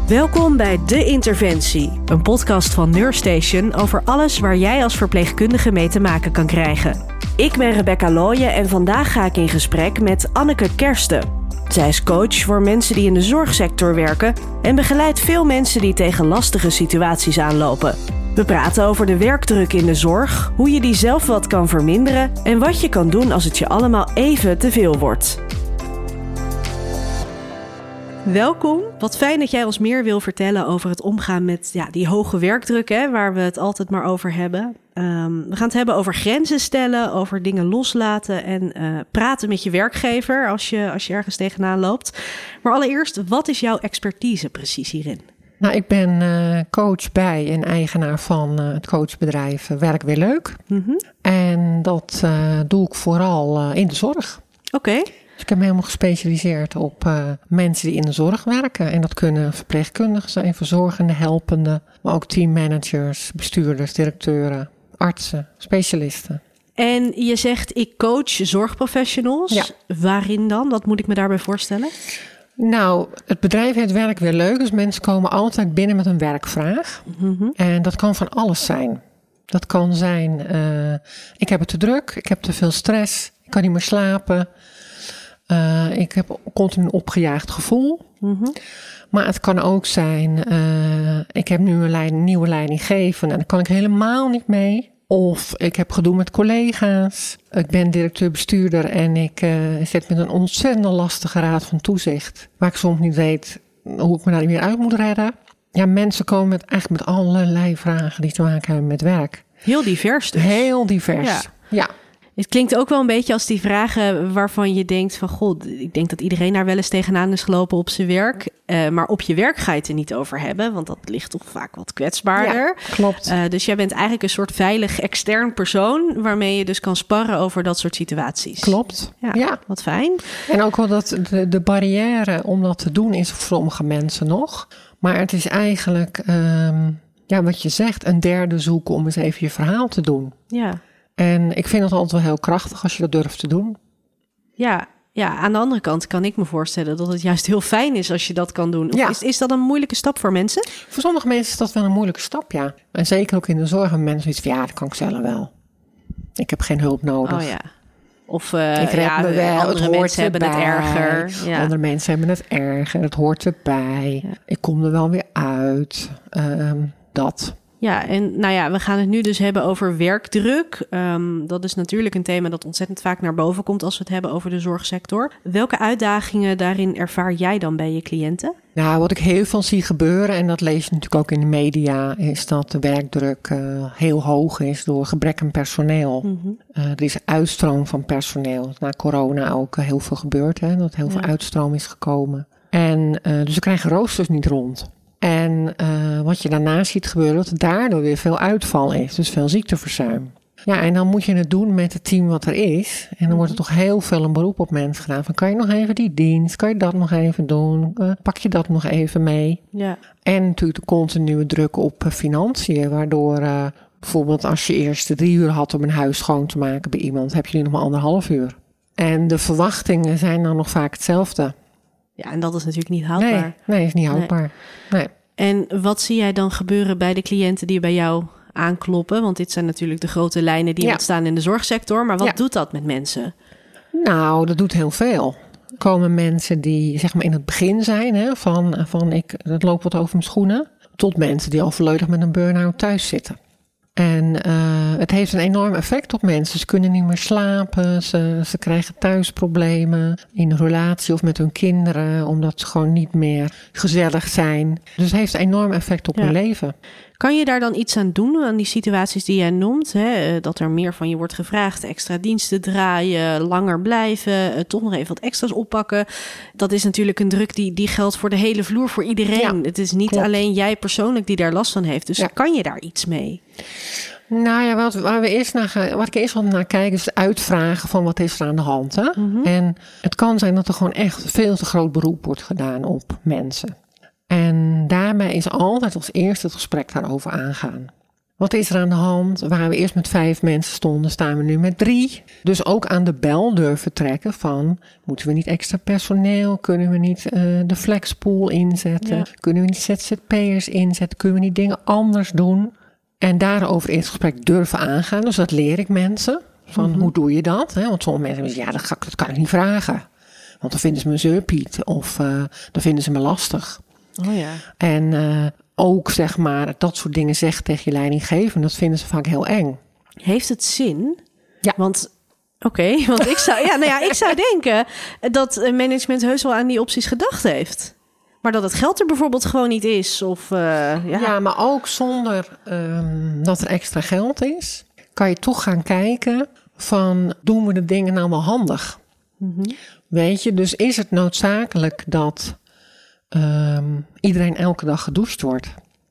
Welkom bij De Interventie, een podcast van NurseStation over alles waar jij als verpleegkundige mee te maken kan krijgen. Ik ben Rebecca Looyen en vandaag ga ik in gesprek met Anneke Kersten. Zij is coach voor mensen die in de zorgsector werken en begeleidt veel mensen die tegen lastige situaties aanlopen. We praten over de werkdruk in de zorg, hoe je die zelf wat kan verminderen en wat je kan doen als het je allemaal even te veel wordt. Welkom. Wat fijn dat jij ons meer wil vertellen over het omgaan met die hoge werkdruk, waar we het altijd maar over hebben. We gaan het hebben over grenzen stellen, over dingen loslaten en praten met je werkgever als je ergens tegenaan loopt. Maar allereerst, wat is jouw expertise precies hierin? Nou, ik ben coach bij en eigenaar van het coachbedrijf Werk Weer Leuk. Mm-hmm. En dat doe ik vooral in de zorg. Oké. Dus ik heb me helemaal gespecialiseerd op mensen die in de zorg werken. En dat kunnen verpleegkundigen zijn, verzorgende, helpende, maar ook teammanagers, bestuurders, directeuren, artsen, specialisten. En je zegt, ik coach zorgprofessionals. Ja. Waarin dan? Wat moet ik me daarbij voorstellen? Nou, het bedrijf heet Werk Weer Leuk. Dus mensen komen altijd binnen met een werkvraag. Mm-hmm. En dat kan van alles zijn. Dat kan zijn, ik heb het te druk, ik heb te veel stress, ik kan niet meer slapen. Ik heb continu een opgejaagd gevoel. Mm-hmm. Maar het kan ook zijn, ik heb nu een nieuwe leidinggevende en daar kan ik helemaal niet mee. Of ik heb gedoe met collega's. Ik ben directeur-bestuurder en ik zit met een ontzettend lastige raad van toezicht. Waar ik soms niet weet hoe ik me daar weer uit moet redden. Ja, mensen komen eigenlijk met allerlei vragen die te maken hebben met werk. Heel divers dus. Heel divers, ja. Het klinkt ook wel een beetje als die vragen waarvan je denkt van... God, ik denk dat iedereen daar wel eens tegenaan is gelopen op zijn werk. Maar op je werk ga je het er niet over hebben, want dat ligt toch vaak wat kwetsbaarder. Ja, klopt. Dus jij bent eigenlijk een soort veilig extern persoon... waarmee je dus kan sparren over dat soort situaties. Klopt, ja. Wat fijn. En ook wel dat de barrière om dat te doen is voor sommige mensen nog. Maar het is eigenlijk, wat je zegt, een derde zoeken om eens even je verhaal te doen. Ja. En ik vind het altijd wel heel krachtig als je dat durft te doen. Ja, aan de andere kant kan ik me voorstellen dat het juist heel fijn is als je dat kan doen. Of is dat een moeilijke stap voor mensen? Voor sommige mensen is dat wel een moeilijke stap, ja. En zeker ook in de zorg hebben mensen iets van, dat kan ik zelf wel. Ik heb geen hulp nodig. Oh ja. Of ik red me wel, andere mensen hebben het erger. Ja. Andere mensen hebben het erger, het hoort erbij. Ja. Ik kom er wel weer uit. Dat... Ja, en we gaan het nu dus hebben over werkdruk. Dat is natuurlijk een thema dat ontzettend vaak naar boven komt als we het hebben over de zorgsector. Welke uitdagingen daarin ervaar jij dan bij je cliënten? Nou, wat ik heel veel zie gebeuren, en dat lees je natuurlijk ook in de media, is dat de werkdruk heel hoog is door gebrek aan personeel. Mm-hmm. Er is uitstroom van personeel. Na corona ook heel veel gebeurd, dat heel veel uitstroom is gekomen. En dus we krijgen roosters niet rond. En wat je daarna ziet gebeuren, dat er daardoor weer veel uitval is. Dus veel ziekteverzuim. Ja, en dan moet je het doen met het team wat er is. En dan wordt er toch heel veel een beroep op mensen gedaan. Van, kan je nog even die dienst? Kan je dat nog even doen? Pak je dat nog even mee? Ja. En natuurlijk de continue druk op financiën. Waardoor bijvoorbeeld als je eerst 3 uur had om een huis schoon te maken bij iemand, heb je nu nog maar 1,5 uur. En de verwachtingen zijn dan nog vaak hetzelfde. Ja, en dat is natuurlijk niet houdbaar. Nee, is niet houdbaar. Nee. En wat zie jij dan gebeuren bij de cliënten die bij jou aankloppen? Want dit zijn natuurlijk de grote lijnen die ontstaan in de zorgsector. Maar wat doet dat met mensen? Nou, dat doet heel veel. Er komen mensen die zeg maar in het begin zijn van dat loopt wat over mijn schoenen. Tot mensen die al volledig met een burn-out thuis zitten. En het heeft een enorm effect op mensen. Ze kunnen niet meer slapen. Ze krijgen thuisproblemen in een relatie of met hun kinderen. Omdat ze gewoon niet meer gezellig zijn. Dus het heeft een enorm effect op hun leven. Kan je daar dan iets aan doen, aan die situaties die jij noemt? Hè? Dat er meer van je wordt gevraagd, extra diensten draaien, langer blijven, toch nog even wat extra's oppakken. Dat is natuurlijk een druk die geldt voor de hele vloer, voor iedereen. Ja, het is niet alleen jij persoonlijk die daar last van heeft. Dus kan je daar iets mee? Nou ja, wat ik eerst wel naar kijk is uitvragen van wat is er aan de hand. Hè? Mm-hmm. En het kan zijn dat er gewoon echt veel te groot beroep wordt gedaan op mensen. En daarbij is altijd als eerste het gesprek daarover aangaan. Wat is er aan de hand? Waar we eerst met 5 mensen stonden, staan we nu met 3. Dus ook aan de bel durven trekken van, moeten we niet extra personeel? Kunnen we niet de flexpool inzetten? Ja. Kunnen we niet ZZP'ers inzetten? Kunnen we niet dingen anders doen? En daarover in het gesprek durven aangaan. Dus dat leer ik mensen. Van hoe doe je dat? Want sommige mensen zeggen, dat kan ik niet vragen. Want dan vinden ze me zeurpiet of dan vinden ze me lastig. Oh ja. En ook zeg maar dat soort dingen zeggen tegen je leidinggevende, dat vinden ze vaak heel eng. Heeft het zin? Ja. Want ik zou denken dat management heus wel aan die opties gedacht heeft. Maar dat het geld er bijvoorbeeld gewoon niet is. Of, Ja, maar ook zonder dat er extra geld is, kan je toch gaan kijken van, doen we de dingen nou wel handig? Weet je, dus is het noodzakelijk dat iedereen elke dag gedoucht wordt?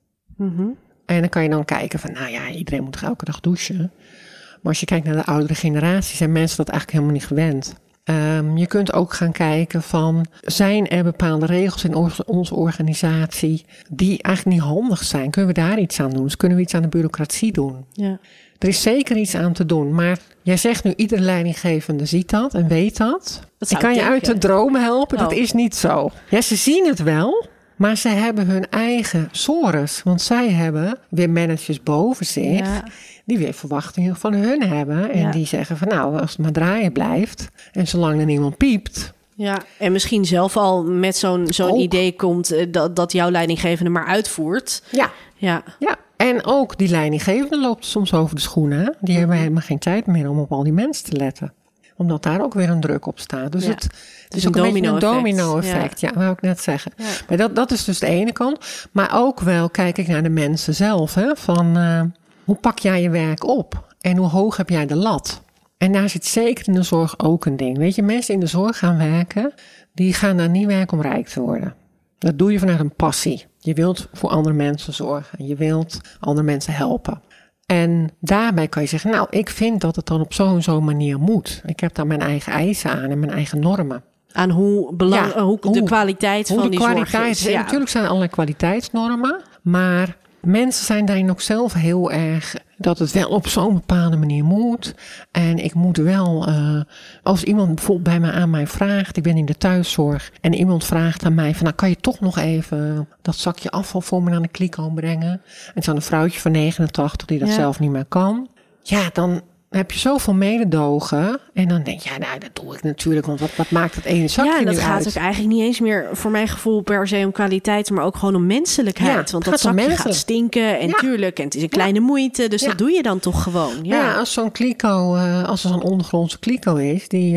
En dan kan je dan kijken van, iedereen moet toch elke dag douchen? Maar als je kijkt naar de oudere generatie, zijn mensen dat eigenlijk helemaal niet gewend. Je kunt ook gaan kijken van, zijn er bepaalde regels in onze organisatie die eigenlijk niet handig zijn? Kunnen we daar iets aan doen? Dus kunnen we iets aan de bureaucratie doen? Ja. Er is zeker iets aan te doen, maar jij zegt nu, iedere leidinggevende ziet dat en weet dat. Ik kan je uit de dromen helpen, dat is niet zo. Ja, ze zien het wel, maar ze hebben hun eigen sores. Want zij hebben weer managers boven zich, die weer verwachtingen van hun hebben. En die zeggen van, als het maar draaien blijft en zolang er niemand piept. Ja, en misschien zelf al met zo'n idee komt dat jouw leidinggevende maar uitvoert. Ja. En ook die leidinggevende loopt soms over de schoenen. Die hebben helemaal geen tijd meer om op al die mensen te letten. Omdat daar ook weer een druk op staat. Dus het is ook een domino-effect. Ja, wou ik net zeggen. Ja. Maar dat is dus de ene kant. Maar ook wel kijk ik naar de mensen zelf. Van hoe pak jij je werk op? En hoe hoog heb jij de lat? En daar zit zeker in de zorg ook een ding. Weet je, mensen in de zorg gaan werken, die gaan daar niet werken om rijk te worden. Dat doe je vanuit een passie. Je wilt voor andere mensen zorgen. Je wilt andere mensen helpen. En daarbij kan je zeggen, ik vind dat het dan op zo'n manier moet. Ik heb daar mijn eigen eisen aan en mijn eigen normen. Aan hoe de kwaliteit van die zorg is. Ja. Natuurlijk zijn er allerlei kwaliteitsnormen, maar mensen zijn daarin ook zelf heel erg dat het wel op zo'n bepaalde manier moet. En ik moet wel, als iemand bijvoorbeeld aan mij vraagt, ik ben in de thuiszorg, en iemand vraagt aan mij van, kan je toch nog even dat zakje afval voor me naar de kliko brengen? En het is dan een vrouwtje van 89 die dat zelf niet meer kan. Ja, dan heb je zoveel mededogen. En dan denk je, dat doe ik natuurlijk. Want wat maakt het ene zakje nu uit? Ja, dat gaat ook eigenlijk niet eens meer voor mijn gevoel per se om kwaliteit, maar ook gewoon om menselijkheid. Want dat zakje gaat stinken en tuurlijk. En het is een kleine moeite, dus dat doe je dan toch gewoon. Ja, als zo'n kliko, als er zo'n ondergrondse kliko is, die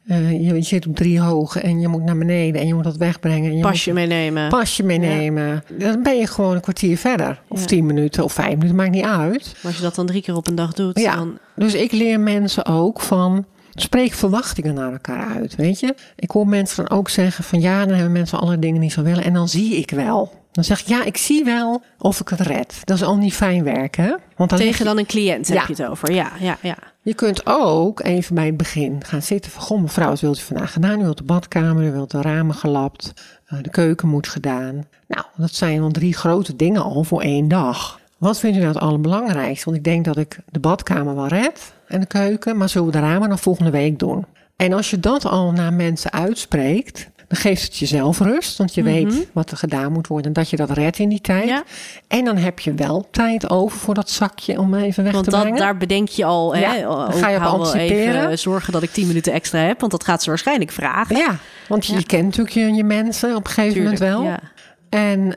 je zit op 3 hoog en je moet naar beneden en je moet dat wegbrengen. En je pasje meenemen. Ja. Dan ben je gewoon een kwartier verder. Of 10 minuten of 5 minuten, maakt niet uit. Maar als je dat dan 3 keer op een dag doet, dan... Dus ik leer mensen ook van, spreek verwachtingen naar elkaar uit, weet je. Ik hoor mensen dan ook zeggen van, dan hebben mensen allerlei dingen niet zo willen. En dan zie ik wel. Dan zeg ik, ik zie wel of ik het red. Dat is al niet fijn werken, hè? Want dan een cliënt heb je het over, ja. Je kunt ook even bij het begin gaan zitten van, goh mevrouw, wat wilt u vandaag gedaan? U wilt de badkamer, u wilt de ramen gelapt, de keuken moet gedaan. Nou, dat zijn wel 3 grote dingen al voor 1 dag. Wat vindt u nou het allerbelangrijkste? Want ik denk dat ik de badkamer wel red en de keuken, maar zullen we de ramen dan volgende week doen? En als je dat al naar mensen uitspreekt, dan geeft het jezelf rust, want je weet wat er gedaan moet worden en dat je dat redt in die tijd. Ja. En dan heb je wel tijd over voor dat zakje om even weg te brengen. Want daar bedenk je al, dan ga je op anticiperen. Even zorgen dat ik 10 minuten extra heb, want dat gaat ze waarschijnlijk vragen. Ja, want je kent natuurlijk je mensen op een gegeven moment wel. Ja. En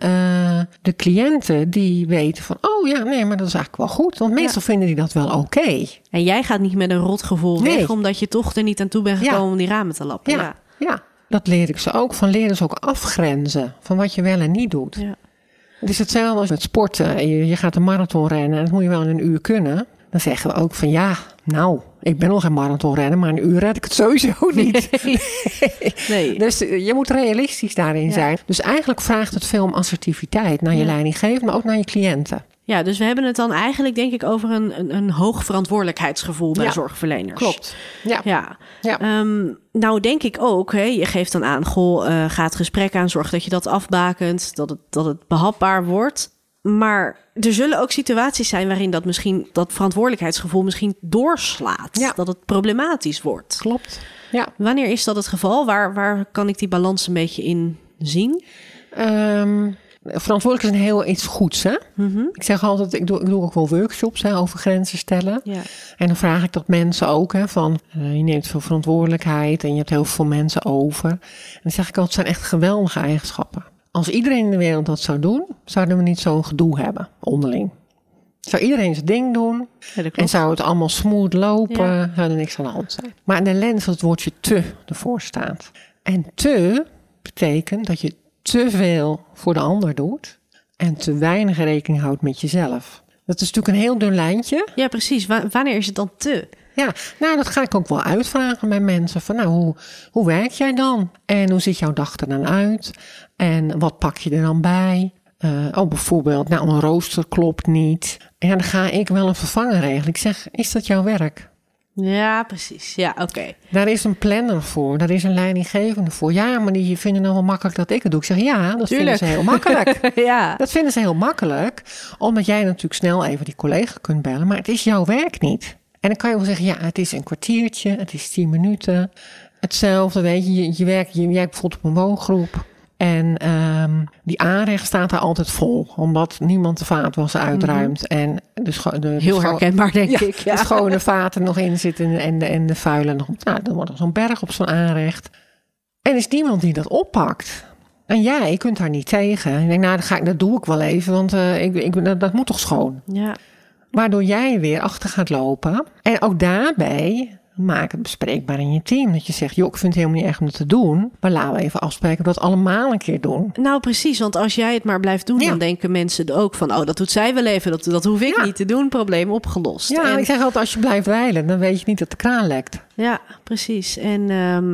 de cliënten die weten van, maar dat is eigenlijk wel goed. Want meestal vinden die dat wel oké. En jij gaat niet met een rotgevoel weg, omdat je toch er niet aan toe bent gekomen om die ramen te lappen. Ja, dat leer ik ze ook. Van leren ze ook afgrenzen van wat je wel en niet doet. Ja. Het is hetzelfde als met sporten. Je gaat een marathon rennen en dat moet je wel in 1 uur kunnen. Dan zeggen we ook van ik ben nog geen marathonrenner, maar 1 uur red ik het sowieso niet. Nee. Dus je moet realistisch daarin zijn. Dus eigenlijk vraagt het veel om assertiviteit naar je leidinggevende, maar ook naar je cliënten. Ja, dus we hebben het dan eigenlijk denk ik over een hoog verantwoordelijkheidsgevoel bij zorgverleners. Klopt. Ja. Nou denk ik ook, je geeft dan aan, ga het gesprek aan, zorg dat je dat afbakent, dat het behapbaar wordt. Maar er zullen ook situaties zijn waarin dat misschien dat verantwoordelijkheidsgevoel misschien doorslaat. Ja. Dat het problematisch wordt. Klopt. Ja. Wanneer is dat het geval? Waar kan ik die balans een beetje in zien? Verantwoordelijk is heel iets goeds. Hè? Mm-hmm. Ik zeg altijd, ik doe ook wel workshops over grenzen stellen. Ja. En dan vraag ik dat mensen ook. Hè, van, je neemt veel verantwoordelijkheid en je hebt heel veel mensen over. En dan zeg ik altijd, het zijn echt geweldige eigenschappen. Als iedereen in de wereld dat zou doen, zouden we niet zo'n gedoe hebben onderling. Zou iedereen zijn ding doen en zou het allemaal smooth lopen, zou er niks aan de hand zijn. Maar in de lens dat het woordje te ervoor staat. En te betekent dat je te veel voor de ander doet en te weinig rekening houdt met jezelf. Dat is natuurlijk een heel dun lijntje. Ja, precies. Wanneer is het dan te? Ja, nou dat ga ik ook wel uitvragen bij mensen. Van nou, hoe werk jij dan? En hoe ziet jouw dag er dan uit? En wat pak je er dan bij? Bijvoorbeeld, nou een rooster klopt niet. En dan ga ik wel een vervanger regelen. Ik zeg, is dat jouw werk? Ja, precies. Ja, oké. Daar is een planner voor. Daar is een leidinggevende voor. Ja, maar die vinden nou wel makkelijk dat ik het doe. Ik zeg, ja, dat vinden ze heel makkelijk. Ja. Dat vinden ze heel makkelijk. Omdat jij natuurlijk snel even die collega kunt bellen. Maar het is jouw werk niet. En dan kan je wel zeggen, ja, het is een kwartiertje. Het is 10 minuten. Hetzelfde, weet je. Je werkt bijvoorbeeld op een woongroep. En die aanrecht staat daar altijd vol. Omdat niemand de vaatwas uitruimt. En heel herkenbaar, denk ik. Ja. De schone vaten nog in zitten en de vuile nog. Nou, dan wordt er zo'n berg op zo'n aanrecht. En er is niemand die dat oppakt. En jij kunt daar niet tegen. En ik denk, nou, dat doe ik wel even. Want dat moet toch schoon. Ja. Waardoor jij weer achter gaat lopen. En ook daarbij maak het bespreekbaar in je team. Dat je zegt, joh, ik vind het helemaal niet erg om het te doen. Maar laten we even afspreken dat we dat allemaal een keer doen. Nou, precies. Want als jij het maar blijft doen, dan denken mensen ook van, dat doet zij wel even. Dat hoef ik niet te doen. Probleem opgelost. Ja, en ik zeg altijd, als je blijft wijlen, dan weet je niet dat de kraan lekt. Ja, precies. En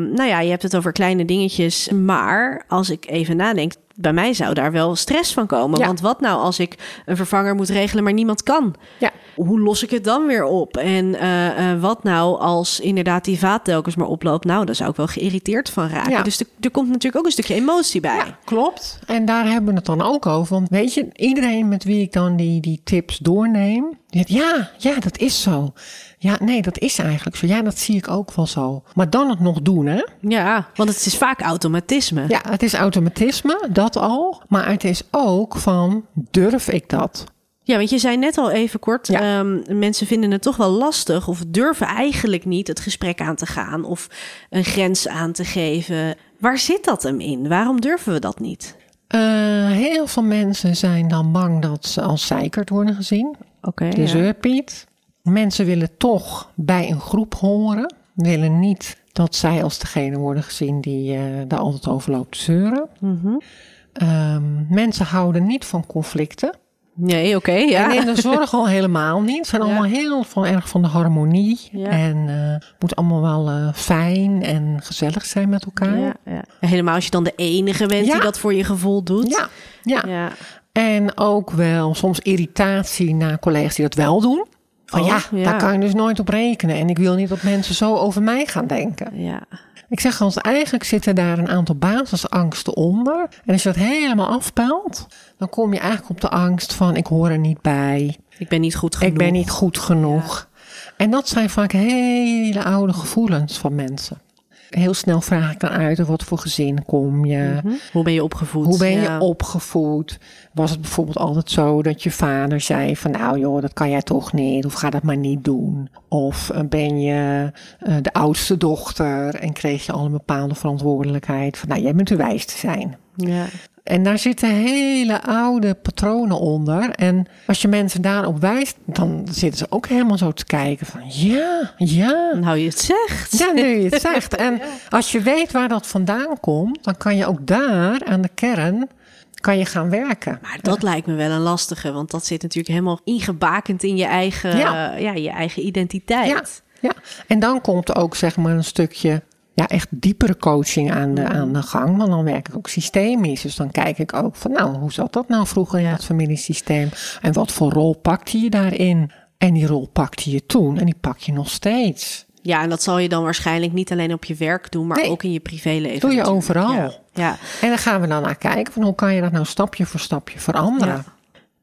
je hebt het over kleine dingetjes. Maar als ik even nadenk, bij mij zou daar wel stress van komen. Ja. Want wat nou als ik een vervanger moet regelen, maar niemand kan? Ja. Hoe los ik het dan weer op? En wat nou als inderdaad die vaat telkens maar oploopt? Nou, daar zou ik wel geïriteerd van raken. Ja. Dus er komt natuurlijk ook een stukje emotie bij. Ja, klopt. En daar hebben we het dan ook over. Want weet je, iedereen met wie ik dan die tips doorneem, die zegt, ja, dat is zo. Ja, nee, dat is eigenlijk zo. Ja, dat zie ik ook wel zo. Maar dan het nog doen, hè? Ja, want het is vaak automatisme. Ja, het is automatisme, dat al. Maar het is ook van, durf ik dat? Ja, want je zei net al even kort, mensen vinden het toch wel lastig of durven eigenlijk niet het gesprek aan te gaan of een grens aan te geven. Waar zit dat hem in? Waarom durven we dat niet? Heel veel mensen zijn dan bang dat ze als zeikert worden gezien. De zeurpiet. Mensen willen toch bij een groep horen. Willen niet dat zij als degene worden gezien die daar altijd over loopt te zeuren. Mm-hmm. Mensen houden niet van conflicten. Nee, oké, ja. En in de zorg al helemaal niet. Ze zijn allemaal heel erg van de harmonie. Ja. En het moet allemaal wel fijn en gezellig zijn met elkaar. Ja, ja. Helemaal als je dan de enige bent die dat voor je gevoel doet. Ja. En ook wel soms irritatie naar collega's die dat wel doen. Van daar kan je dus nooit op rekenen. En ik wil niet dat mensen zo over mij gaan denken. Ja. Ik zeg als eigenlijk zitten daar een aantal basisangsten onder. En als je dat helemaal afpelt, dan kom je eigenlijk op de angst van ik hoor er niet bij. Ik ben niet goed genoeg. Ja. En dat zijn vaak hele oude gevoelens van mensen. Heel snel vraag ik dan uit wat voor gezin kom je. Mm-hmm. Hoe ben je opgevoed? Was het bijvoorbeeld altijd zo dat je vader zei van nou joh, dat kan jij toch niet. Of ga dat maar niet doen. Of ben je de oudste dochter en kreeg je al een bepaalde verantwoordelijkheid. Van nou, jij bent te wijs te zijn. Ja. En daar zitten hele oude patronen onder. En als je mensen daarop wijst, dan zitten ze ook helemaal zo te kijken van ja. Nou, je het zegt. Ja, nu je het zegt. En als je weet waar dat vandaan komt, dan kan je ook daar aan de kern kan je gaan werken. Maar dat lijkt me wel een lastige, want dat zit natuurlijk helemaal ingebakend in je eigen, je eigen identiteit. Ja, en dan komt er ook zeg maar een stukje echt diepere coaching aan de gang. Want dan werk ik ook systemisch. Dus dan kijk ik ook van nou, hoe zat dat nou vroeger in het familiesysteem? En wat voor rol pakte je daarin? En die rol pakte je toen en die pak je nog steeds. Ja, en dat zal je dan waarschijnlijk niet alleen op je werk doen, maar ook in je privéleven. Doe je overal. Ja. En dan gaan we dan naar kijken van hoe kan je dat nou stapje voor stapje veranderen. Ja.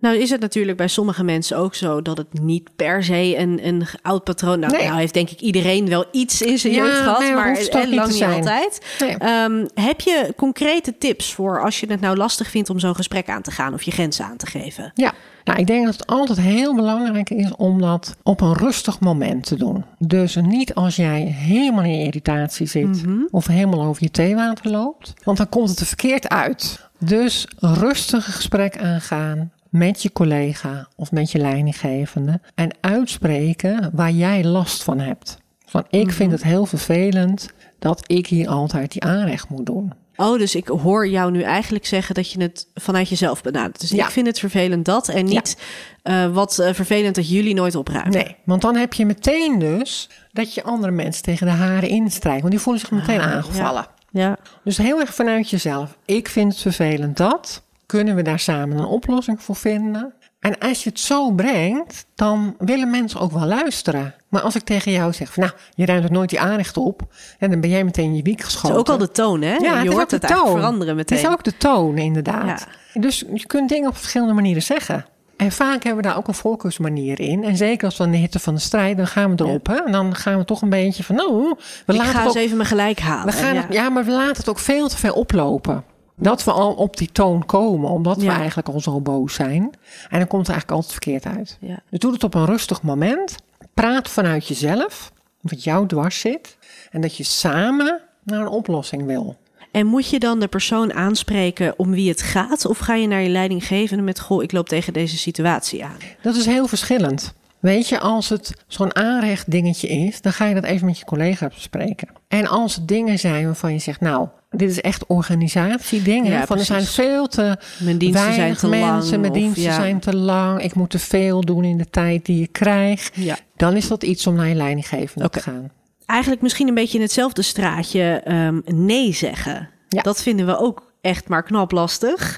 Nou is het natuurlijk bij sommige mensen ook zo dat het niet per se een oud patroon... Nou heeft denk ik iedereen wel iets in zijn jeugd gehad, maar lang niet altijd. Nee. Heb je concrete tips voor als je het nou lastig vindt om zo'n gesprek aan te gaan of je grenzen aan te geven? Ja, nou ik denk dat het altijd heel belangrijk is om dat op een rustig moment te doen. Dus niet als jij helemaal in irritatie zit of helemaal over je theewater loopt, want dan komt het er verkeerd uit. Dus rustig een gesprek aangaan met je collega of met je leidinggevende en uitspreken waar jij last van hebt. Van ik vind het heel vervelend dat ik hier altijd die aanrecht moet doen. Oh, dus ik hoor jou nu eigenlijk zeggen dat je het vanuit jezelf benadert. Dus ik vind het vervelend dat en niet wat vervelend dat jullie nooit opruimen. Nee, want dan heb je meteen dus dat je andere mensen tegen de haren instrijkt. Want die voelen zich meteen aangevallen. Ja. Dus heel erg vanuit jezelf. Ik vind het vervelend dat. Kunnen we daar samen een oplossing voor vinden? En als je het zo brengt, dan willen mensen ook wel luisteren. Maar als ik tegen jou zeg, van, nou, je ruimt er nooit die aanrecht op, en dan ben jij meteen in je wiek geschoten. Het is ook al de toon, hè? Ja, je hoort het eigenlijk veranderen meteen. Het is ook de toon, inderdaad. Ja. Dus je kunt dingen op verschillende manieren zeggen. En vaak hebben we daar ook een voorkeursmanier in. En zeker als we in de hitte van de strijd, dan gaan we erop. Hè? En dan gaan we toch een beetje van, ik ga eens even mijn gelijk halen. Maar we laten het ook veel te veel oplopen. Dat we al op die toon komen, omdat we eigenlijk al zo boos zijn. En dan komt het eigenlijk altijd verkeerd uit. Ja. Dus doe het op een rustig moment. Praat vanuit jezelf, wat jou dwars zit. En dat je samen naar een oplossing wil. En moet je dan de persoon aanspreken om wie het gaat? Of ga je naar je leidinggevende met, ik loop tegen deze situatie aan? Dat is heel verschillend. Weet je, als het zo'n aanrecht dingetje is, dan ga je dat even met je collega bespreken. En als het dingen zijn waarvan je zegt, nou, dit is echt organisatiedingen. Ja, van er zijn veel te mijn diensten zijn te mensen, lang, mijn diensten zijn te lang. Ik moet te veel doen in de tijd die je krijgt. Ja. Dan is dat iets om naar je leidinggevende te gaan. Eigenlijk misschien een beetje in hetzelfde straatje nee zeggen. Ja. Dat vinden we ook echt maar knap lastig.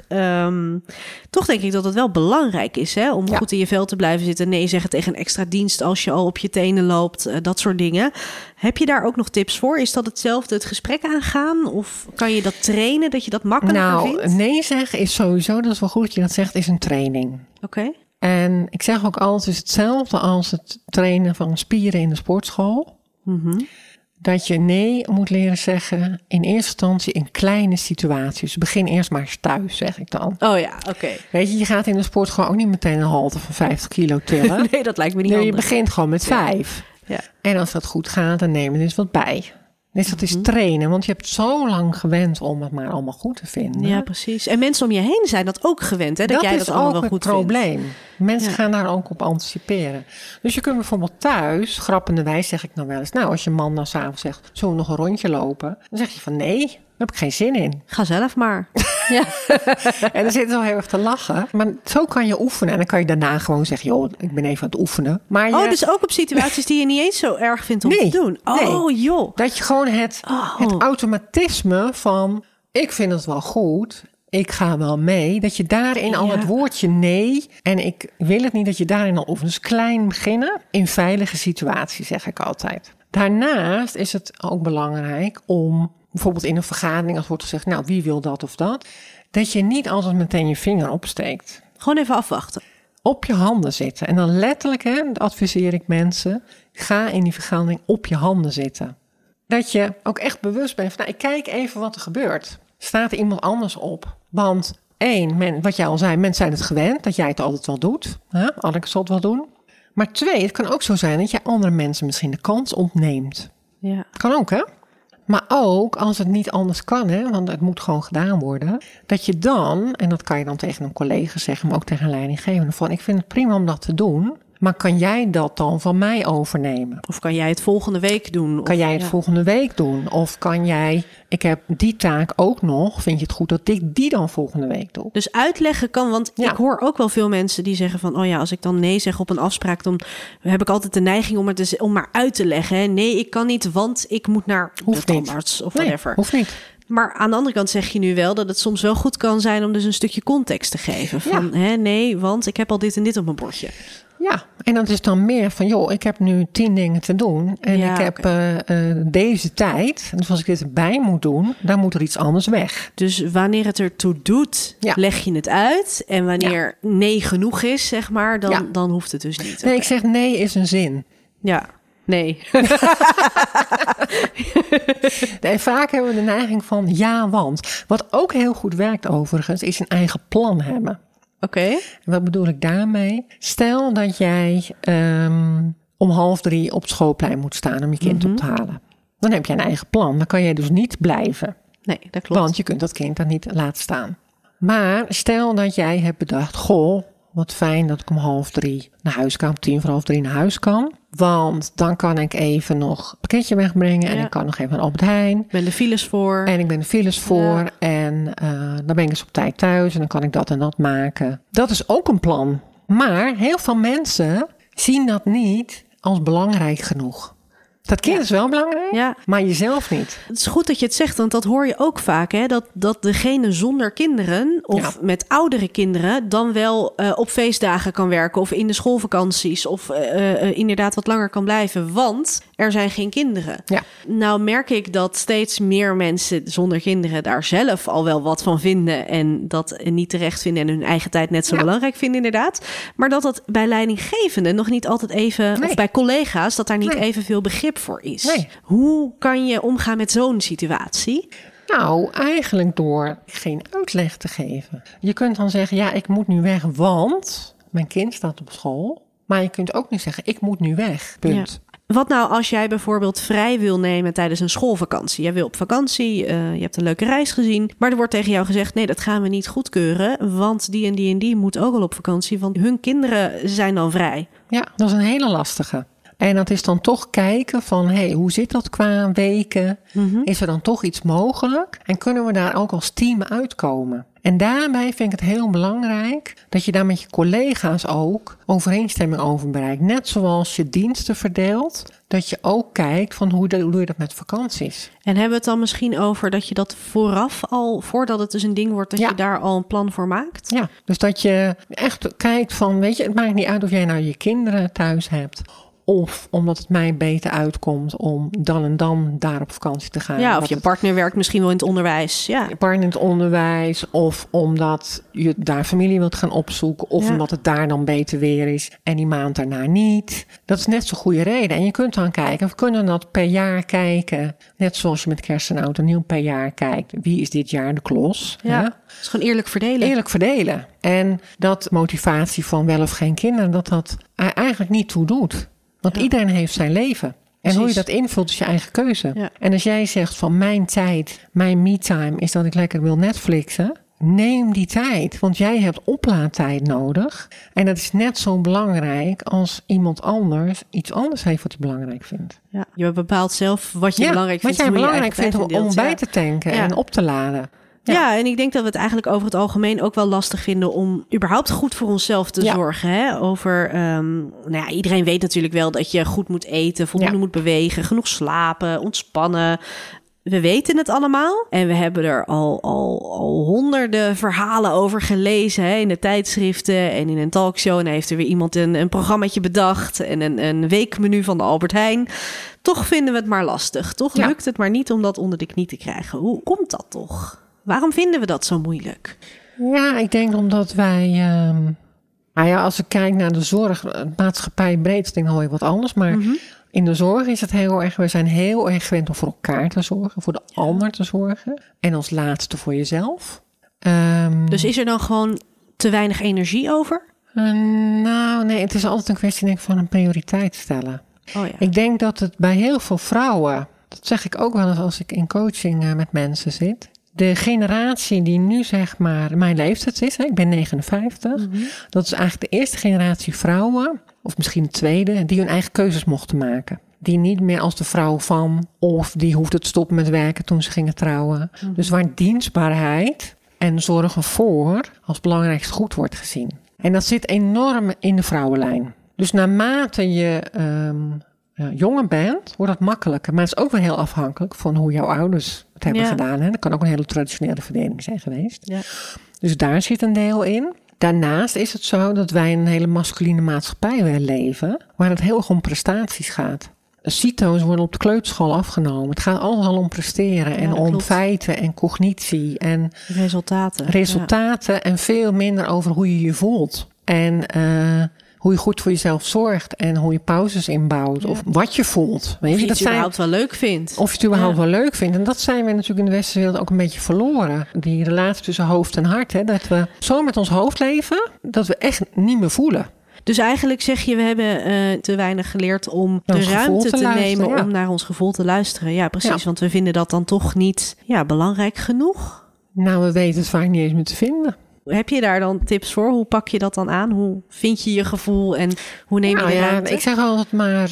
Toch denk ik dat het wel belangrijk is, hè, om goed in je vel te blijven zitten. Nee zeggen tegen een extra dienst als je al op je tenen loopt. Dat soort dingen. Heb je daar ook nog tips voor? Is dat hetzelfde, het gesprek aangaan? Of kan je dat trainen, dat je dat makkelijker vindt? Nou, nee zeggen is sowieso, dat is wel goed dat je dat zegt, is een training. Oké. En ik zeg ook altijd, het is hetzelfde als het trainen van spieren in de sportschool. Dat je nee moet leren zeggen in eerste instantie in kleine situaties. Begin eerst maar eens thuis, zeg ik dan. Oh ja, oké. Weet je gaat in de sport gewoon ook niet meteen een halte van 50 kilo tillen. Nee, dat lijkt me niet handig. Je begint gewoon met 5. Ja. En als dat goed gaat, dan neem je er eens wat bij. Dus dat is trainen, want je hebt zo lang gewend om het maar allemaal goed te vinden. Ja, precies. En mensen om je heen zijn dat ook gewend, hè? Dat jij dat allemaal wel goed vindt. Dat is ook het probleem. Mensen gaan daar ook op anticiperen. Dus je kunt bijvoorbeeld thuis, grappenderwijs zeg ik nou wel eens, nou als je man dan s'avonds zegt, zullen we nog een rondje lopen? Dan zeg je van nee, daar heb ik geen zin in. Ga zelf maar. Ja. En dan zit het wel heel erg te lachen. Maar zo kan je oefenen. En dan kan je daarna gewoon zeggen, joh, ik ben even aan het oefenen. Maar dus ook op situaties die je niet eens zo erg vindt om te doen. Oh, joh. Dat je gewoon het automatisme van, ik vind het wel goed, ik ga wel mee. Dat je daarin al het woordje nee, en ik wil het niet dat je daarin al oefent. Dus klein beginnen in veilige situaties, zeg ik altijd. Daarnaast is het ook belangrijk om bijvoorbeeld in een vergadering, als wordt gezegd, nou, wie wil dat of dat je niet altijd meteen je vinger opsteekt. Gewoon even afwachten. Op je handen zitten. En dan letterlijk, adviseer ik mensen, ga in die vergadering op je handen zitten. Dat je ook echt bewust bent van, nou, ik kijk even wat er gebeurt. Staat er iemand anders op? Want wat jij al zei, mensen zijn het gewend, dat jij het altijd wel doet. Anneke zal het wel doen. Maar 2, het kan ook zo zijn dat jij andere mensen misschien de kans ontneemt. Ja. Kan ook, hè? Maar ook als het niet anders kan, hè, want het moet gewoon gedaan worden. Dat je dan, en dat kan je dan tegen een collega zeggen, maar ook tegen een leidinggevende, van ik vind het prima om dat te doen. Maar kan jij dat dan van mij overnemen? Of kan jij het volgende week doen? Kan jij het volgende week doen? Of kan jij, ik heb die taak ook nog, vind je het goed dat ik die dan volgende week doe? Dus uitleggen kan, want ik hoor ook wel veel mensen die zeggen van, oh ja, als ik dan nee zeg op een afspraak, dan heb ik altijd de neiging om maar uit te leggen. Hè? Nee, ik kan niet, want ik moet naar de tandarts of whatever. Hoeft niet. Maar aan de andere kant zeg je nu wel dat het soms wel goed kan zijn om dus een stukje context te geven. Van nee, want ik heb al dit en dit op mijn bordje. Ja, en dat is dan meer van, ik heb nu 10 dingen te doen. En ik heb deze tijd. Dus als ik dit erbij moet doen, dan moet er iets anders weg. Dus wanneer het ertoe doet, leg je het uit. En wanneer nee genoeg is, zeg maar, dan hoeft het dus niet. Nee, ik zeg nee is een zin. Ja, nee. En vaak hebben we de neiging van ja, want. Wat ook heel goed werkt overigens, is een eigen plan hebben. Oké. Wat bedoel ik daarmee? Stel dat jij om 2:30 op het schoolplein moet staan om je kind op te halen. Dan heb je een eigen plan. Dan kan jij dus niet blijven. Nee, dat klopt. Want je kunt dat kind dan niet laten staan. Maar stel dat jij hebt bedacht, goh, wat fijn dat ik om 2:30 naar huis kan, 2:45 naar huis kan. Want dan kan ik even nog een pakketje wegbrengen. En ik kan nog even naar Albert Heijn. Ik ben de files voor. En dan ben ik dus op tijd thuis. En dan kan ik dat en dat maken. Dat is ook een plan. Maar heel veel mensen zien dat niet als belangrijk genoeg. Dat kind is wel belangrijk, maar jezelf niet. Het is goed dat je het zegt, want dat hoor je ook vaak. Hè? Dat degene zonder kinderen of met oudere kinderen dan wel op feestdagen kan werken of in de schoolvakanties of inderdaad wat langer kan blijven, want er zijn geen kinderen. Ja. Nou merk ik dat steeds meer mensen zonder kinderen daar zelf al wel wat van vinden en dat niet terecht vinden en hun eigen tijd net zo belangrijk vinden inderdaad. Maar dat bij leidinggevenden nog niet altijd even, of bij collega's, dat daar niet evenveel begrip voor is. Nee. Hoe kan je omgaan met zo'n situatie? Nou, eigenlijk door geen uitleg te geven. Je kunt dan zeggen, ik moet nu weg, want mijn kind staat op school. Maar je kunt ook niet zeggen, ik moet nu weg, punt. Ja. Wat nou als jij bijvoorbeeld vrij wil nemen tijdens een schoolvakantie? Jij wil op vakantie, je hebt een leuke reis gezien, maar er wordt tegen jou gezegd, nee, dat gaan we niet goedkeuren, want die en die en die moet ook al op vakantie, want hun kinderen zijn dan vrij. Ja, dat is een hele lastige. En dat is dan toch kijken van, hoe zit dat qua weken? Is er dan toch iets mogelijk? En kunnen we daar ook als team uitkomen? En daarbij vind ik het heel belangrijk dat je daar met je collega's ook overeenstemming over bereikt. Net zoals je diensten verdeelt, dat je ook kijkt van hoe doe je dat met vakanties. En hebben we het dan misschien over dat je dat vooraf al, voordat het dus een ding wordt, dat je daar al een plan voor maakt? Ja, dus dat je echt kijkt van, het maakt niet uit of jij nou je kinderen thuis hebt, of omdat het mij beter uitkomt om dan en dan daar op vakantie te gaan. Ja, of je partner werkt misschien wel in het onderwijs. Ja. Je partner in het onderwijs. Of omdat je daar familie wilt gaan opzoeken. Of omdat het daar dan beter weer is en die maand daarna niet. Dat is net zo'n goede reden. En je kunt dan kijken, we kunnen dat per jaar kijken. Net zoals je met kerst en oud en nieuw per jaar kijkt. Wie is dit jaar de klos? Ja, het is gewoon eerlijk verdelen. Eerlijk verdelen. En dat motivatie van wel of geen kinderen, dat eigenlijk niet toe doet. Want iedereen heeft zijn leven. En hoe je dat invult is je eigen keuze. Ja. En als jij zegt van mijn tijd, mijn me-time is dat ik lekker wil Netflixen. Neem die tijd. Want jij hebt oplaadtijd nodig. En dat is net zo belangrijk als iemand anders iets anders heeft wat hij belangrijk vindt. Ja, je bepaalt zelf wat je belangrijk vindt. Wat jij belangrijk vindt om bij te tanken en op te laden. Ja, en ik denk dat we het eigenlijk over het algemeen ook wel lastig vinden om überhaupt goed voor onszelf te zorgen. Hè? Over, iedereen weet natuurlijk wel dat je goed moet eten, voldoende moet bewegen, genoeg slapen, ontspannen. We weten het allemaal en we hebben er al honderden verhalen over gelezen in de tijdschriften en in een talkshow. En dan heeft er weer iemand een programmaatje bedacht en een weekmenu van de Albert Heijn. Toch vinden we het maar lastig. Toch lukt het maar niet om dat onder de knie te krijgen. Hoe komt dat toch? Waarom vinden we dat zo moeilijk? Ja, ik denk omdat wij... als ik kijk naar de zorg, maatschappij breed, denk ik alweer wat anders. Maar in de zorg is het heel erg... We zijn heel erg gewend om voor elkaar te zorgen, voor de ander te zorgen. En als laatste voor jezelf. Dus is er dan gewoon te weinig energie over? Nee, het is altijd een kwestie denk ik, van een prioriteit stellen. Oh ja. Ik denk dat het bij heel veel vrouwen... Dat zeg ik ook wel eens als ik in coaching met mensen zit... De generatie die nu zeg maar mijn leeftijd is, ik ben 59. Dat is eigenlijk de eerste generatie vrouwen, of misschien de tweede, die hun eigen keuzes mochten maken. Die niet meer als de vrouw van, of die hoefde te stoppen met werken toen ze gingen trouwen. Dus waar dienstbaarheid en zorgen voor als belangrijkste goed wordt gezien. En dat zit enorm in de vrouwenlijn. Dus naarmate je jonger bent, wordt dat makkelijker. Maar het is ook wel heel afhankelijk van hoe jouw ouders het hebben gedaan. Hè? Dat kan ook een hele traditionele verdeling zijn geweest. Ja. Dus daar zit een deel in. Daarnaast is het zo dat wij in een hele masculine maatschappij leven, waar het heel erg om prestaties gaat. CITO's worden op de kleuterschool afgenomen. Het gaat altijd al om presteren en om feiten en cognitie en resultaten en veel minder over hoe je je voelt. En hoe je goed voor jezelf zorgt en hoe je pauzes inbouwt of wat je voelt. Weet je, dat het überhaupt wel leuk vindt. Of je het überhaupt wel leuk vindt. En dat zijn we natuurlijk in de westerse wereld ook een beetje verloren. Die relatie tussen hoofd en hart. Hè? Dat we zo met ons hoofd leven, dat we echt niet meer voelen. Dus eigenlijk zeg je, we hebben te weinig geleerd om de ruimte te nemen om naar ons gevoel te luisteren. Ja, precies. Want we vinden dat dan toch niet belangrijk genoeg. Nou, we weten het vaak niet eens meer te vinden. Heb je daar dan tips voor? Hoe pak je dat dan aan? Hoe vind je je gevoel en hoe neem je de ruimte? Ik zeg altijd maar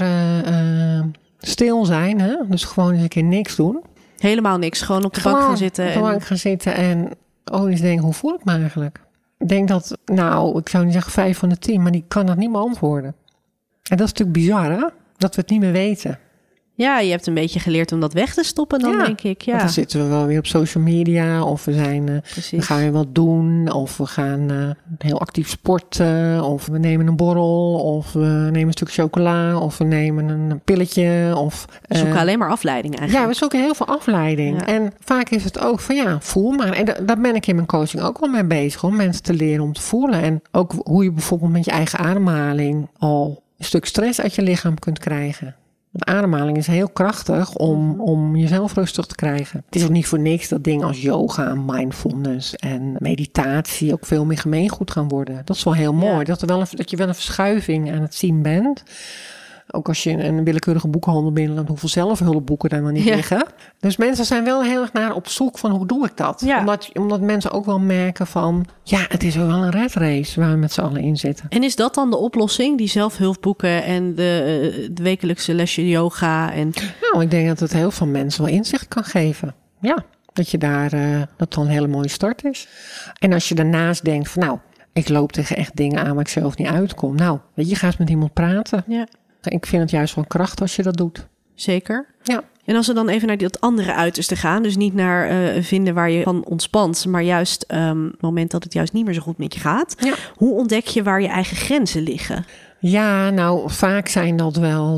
stil zijn. Hè? Dus gewoon eens een keer niks doen. Helemaal niks. Gewoon op de bank gaan zitten. Op de bank gaan zitten en eens denken, hoe voel ik me eigenlijk? Ik denk dat, ik zou niet zeggen 5 van de 10, maar die kan dat niet beantwoorden. En dat is natuurlijk bizar, hè? Dat we het niet meer weten. Ja, je hebt een beetje geleerd om dat weg te stoppen dan, denk ik. Ja. Want dan zitten we wel weer op social media of we gaan weer wat doen of we gaan heel actief sporten of we nemen een borrel of we nemen een stuk chocola of we nemen een pilletje. We zoeken alleen maar afleiding eigenlijk. Ja, we zoeken heel veel afleiding. Ja. En vaak is het ook van voel maar. En daar ben ik in mijn coaching ook wel mee bezig om mensen te leren om te voelen. En ook hoe je bijvoorbeeld met je eigen ademhaling al een stuk stress uit je lichaam kunt krijgen. Want ademhaling is heel krachtig om jezelf rustig te krijgen. Het is ook niet voor niks dat dingen als yoga en mindfulness en meditatie ook veel meer gemeengoed gaan worden. Dat is wel heel mooi. Ja. Dat je wel een verschuiving aan het zien bent. Ook als je een willekeurige boekhandel binnenloopt, hoeveel zelfhulpboeken daar maar niet liggen. Dus mensen zijn wel heel erg naar op zoek van hoe doe ik dat? Ja. Omdat mensen ook wel merken van, het is wel een red race waar we met z'n allen in zitten. En is dat dan de oplossing, die zelfhulpboeken en de wekelijkse lesje yoga? Ik denk dat het heel veel mensen wel inzicht kan geven. Ja, dat je daar, dat dan een hele mooie start is. En als je daarnaast denkt van, ik loop tegen echt dingen aan waar ik zelf niet uitkom. Je gaat met iemand praten. Ja. Ik vind het juist wel kracht als je dat doet. Zeker. Ja. En als we dan even naar dat andere uiterste gaan, dus niet naar vinden waar je van ontspant, maar juist het moment dat het juist niet meer zo goed met je gaat. Ja. Hoe ontdek je waar je eigen grenzen liggen? Ja, vaak zijn dat wel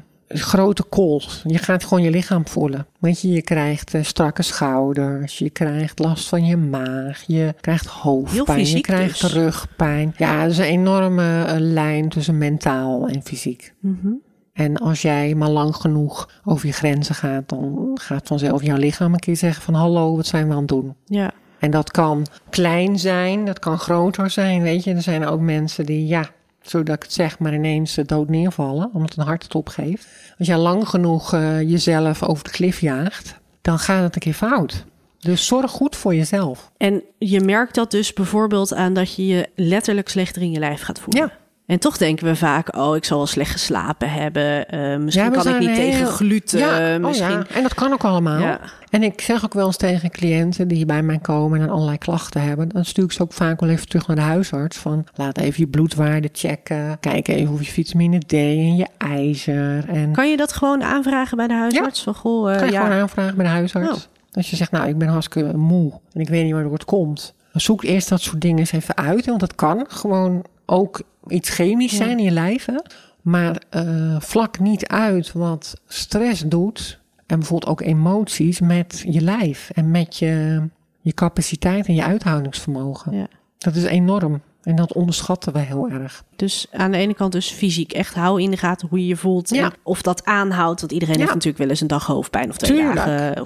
grote calls. Je gaat gewoon je lichaam voelen. Je krijgt strakke schouders, je krijgt last van je maag, je krijgt hoofdpijn, je krijgt rugpijn. Ja, dat is een enorme lijn tussen mentaal en fysiek. Mm-hmm. En als jij maar lang genoeg over je grenzen gaat, dan gaat vanzelf jouw lichaam een keer zeggen van hallo, wat zijn we aan het doen? Ja. En dat kan klein zijn, dat kan groter zijn, weet je. Er zijn ook mensen die, zodat ik het zeg, maar ineens dood neervallen, omdat een hart het opgeeft. Als jij lang genoeg jezelf over de klif jaagt, dan gaat het een keer fout. Dus zorg goed voor jezelf. En je merkt dat dus bijvoorbeeld aan dat je je letterlijk slechter in je lijf gaat voelen. Ja. En toch denken we vaak, ik zal wel slecht geslapen hebben. Misschien kan ik niet tegen gluten. Ja, misschien. En dat kan ook allemaal. Ja. En ik zeg ook wel eens tegen cliënten die bij mij komen en allerlei klachten hebben. Dan stuur ik ze ook vaak wel even terug naar de huisarts. Van laat even je bloedwaarde checken. Kijk even of je vitamine D en je ijzer. En kan je dat gewoon aanvragen bij de huisarts? Ja, kan je gewoon aanvragen bij de huisarts. Als je zegt, ik ben hartstikke moe en ik weet niet waardoor het komt. Dan zoek eerst dat soort dingen eens even uit. Want dat kan gewoon ook iets chemisch zijn in je lijf. Hè? Maar vlak niet uit wat stress doet. En bijvoorbeeld ook emoties met je lijf. En met je capaciteit en je uithoudingsvermogen. Ja. Dat is enorm. En dat onderschatten we heel erg. Dus aan de ene kant dus fysiek. Echt hou in de gaten hoe je je voelt. Ja. En of dat aanhoudt. Want iedereen heeft natuurlijk wel eens een dag hoofdpijn of 2 dagen.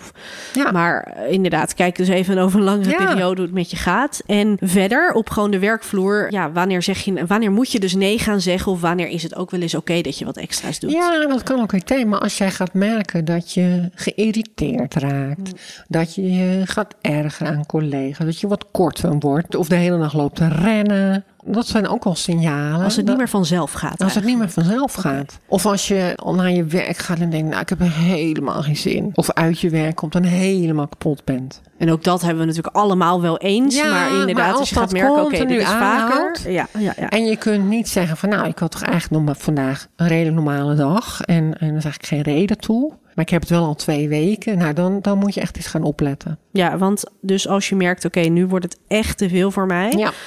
Maar inderdaad, kijk dus even over een langere periode hoe het met je gaat. En verder op gewoon de werkvloer. Ja, wanneer moet je dus nee gaan zeggen? Of wanneer is het ook wel eens oké dat je wat extra's doet? Ja, dat kan ook oké. Maar als jij gaat merken dat je geïrriteerd raakt. Dat je je gaat ergeren aan collega's. Dat je wat korter wordt. Of de hele dag loopt te rennen. Dat zijn ook al signalen. Als het niet meer vanzelf gaat. Als het niet meer vanzelf gaat. Of als je al naar je werk gaat en denkt, ik heb er helemaal geen zin. Of uit je werk komt en helemaal kapot bent. En ook dat hebben we natuurlijk allemaal wel eens. Ja, maar inderdaad, als je gaat merken, dit is vaker. Ja. En je kunt niet zeggen van, ik had toch eigenlijk nog vandaag een redelijk normale dag. En er is eigenlijk geen reden toe. Maar ik heb het wel al 2 weken. Dan moet je echt eens gaan opletten. Ja, want dus als je merkt, nu wordt het echt te veel voor mij. Ja.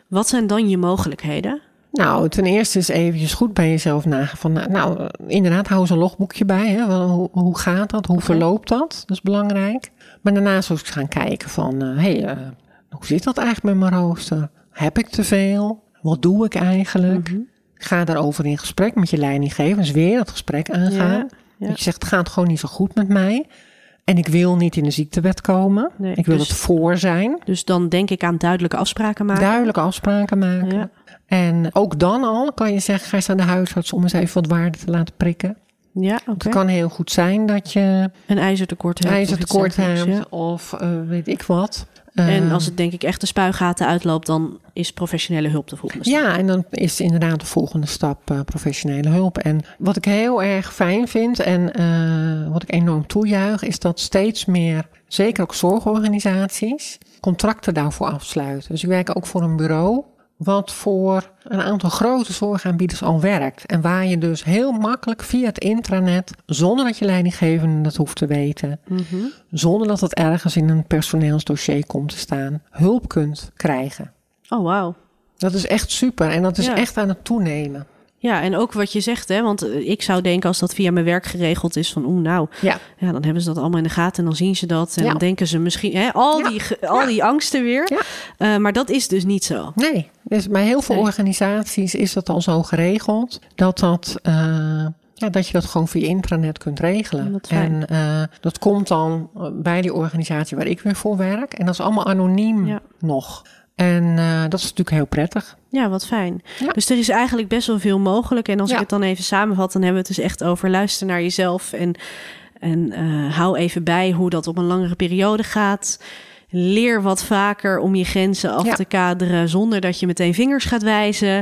Wat zijn dan je mogelijkheden? Nou, ten eerste is eventjes goed bij jezelf nagaan van, inderdaad, hou eens een logboekje bij. Hè? Hoe gaat dat? Hoe verloopt dat? Dat is belangrijk. Maar daarnaast ook gaan kijken van, hoe zit dat eigenlijk met mijn rooster? Heb ik te veel? Wat doe ik eigenlijk? Mm-hmm. Ga daarover in gesprek met je leidinggever. Dus weer dat gesprek aangaan. Ja. Dat je zegt, het gaat gewoon niet zo goed met mij. En ik wil niet in de ziektewet komen. Nee, ik wil het voor zijn. Dus dan denk ik aan duidelijke afspraken maken. Duidelijke afspraken maken. Ja. En ook dan al kan je zeggen, ga eens aan de huisarts om eens even wat waarde te laten prikken. Ja, oké. Het kan heel goed zijn dat je een ijzertekort hebt. Of weet ik wat. En als het denk ik echt de spuigaten uitloopt, dan is professionele hulp de volgende stap. Ja, en dan is inderdaad de volgende stap professionele hulp. En wat ik heel erg fijn vind en wat ik enorm toejuich, is dat steeds meer, zeker ook zorgorganisaties, contracten daarvoor afsluiten. Dus ik werk ook voor een bureau wat voor een aantal grote zorgaanbieders al werkt. En waar je dus heel makkelijk via het intranet, zonder dat je leidinggevende dat hoeft te weten, mm-hmm. zonder dat het ergens in een personeelsdossier komt te staan, hulp kunt krijgen. Oh, wauw. Dat is echt super en dat is echt aan het toenemen. Ja, en ook wat je zegt, hè, want ik zou denken als dat via mijn werk geregeld is van dan hebben ze dat allemaal in de gaten en dan zien ze dat. En dan denken ze misschien, al die angsten weer. Ja. Maar dat is dus niet zo. Nee, dus bij heel veel organisaties is dat al zo geregeld dat je dat gewoon via intranet kunt regelen. En dat komt dan bij die organisatie waar ik weer voor werk. En dat is allemaal anoniem nog. En dat is natuurlijk heel prettig. Ja, wat fijn. Ja. Dus er is eigenlijk best wel veel mogelijk. En als ik het dan even samenvat, dan hebben we het dus echt over luister naar jezelf. En hou even bij hoe dat op een langere periode gaat. Leer wat vaker om je grenzen af te kaderen zonder dat je meteen vingers gaat wijzen.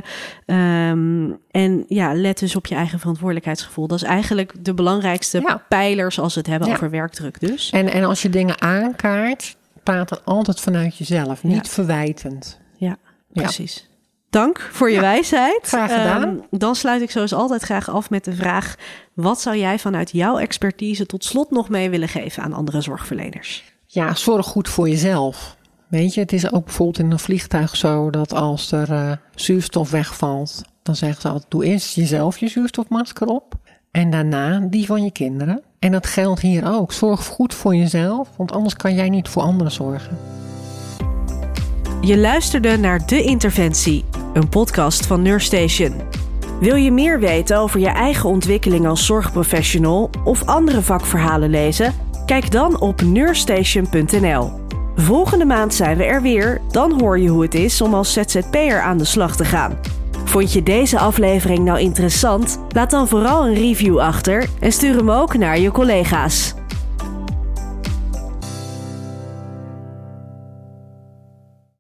En let dus op je eigen verantwoordelijkheidsgevoel. Dat is eigenlijk de belangrijkste pijlers als we het hebben over werkdruk dus. En als je dingen aankaart, praat dan altijd vanuit jezelf, niet verwijtend. Ja, precies. Dank voor je wijsheid. Graag gedaan. Dan sluit ik zoals altijd graag af met de vraag, wat zou jij vanuit jouw expertise tot slot nog mee willen geven aan andere zorgverleners? Ja, zorg goed voor jezelf. Weet je, het is ook bijvoorbeeld in een vliegtuig zo dat als er zuurstof wegvalt, dan zeggen ze altijd, doe eerst jezelf je zuurstofmasker op en daarna die van je kinderen. En dat geldt hier ook. Zorg goed voor jezelf, want anders kan jij niet voor anderen zorgen. Je luisterde naar De Interventie, een podcast van NurseStation. Wil je meer weten over je eigen ontwikkeling als zorgprofessional of andere vakverhalen lezen? Kijk dan op nurstation.nl. Volgende maand zijn we er weer. Dan hoor je hoe het is om als ZZP'er aan de slag te gaan. Vond je deze aflevering nou interessant? Laat dan vooral een review achter en stuur hem ook naar je collega's.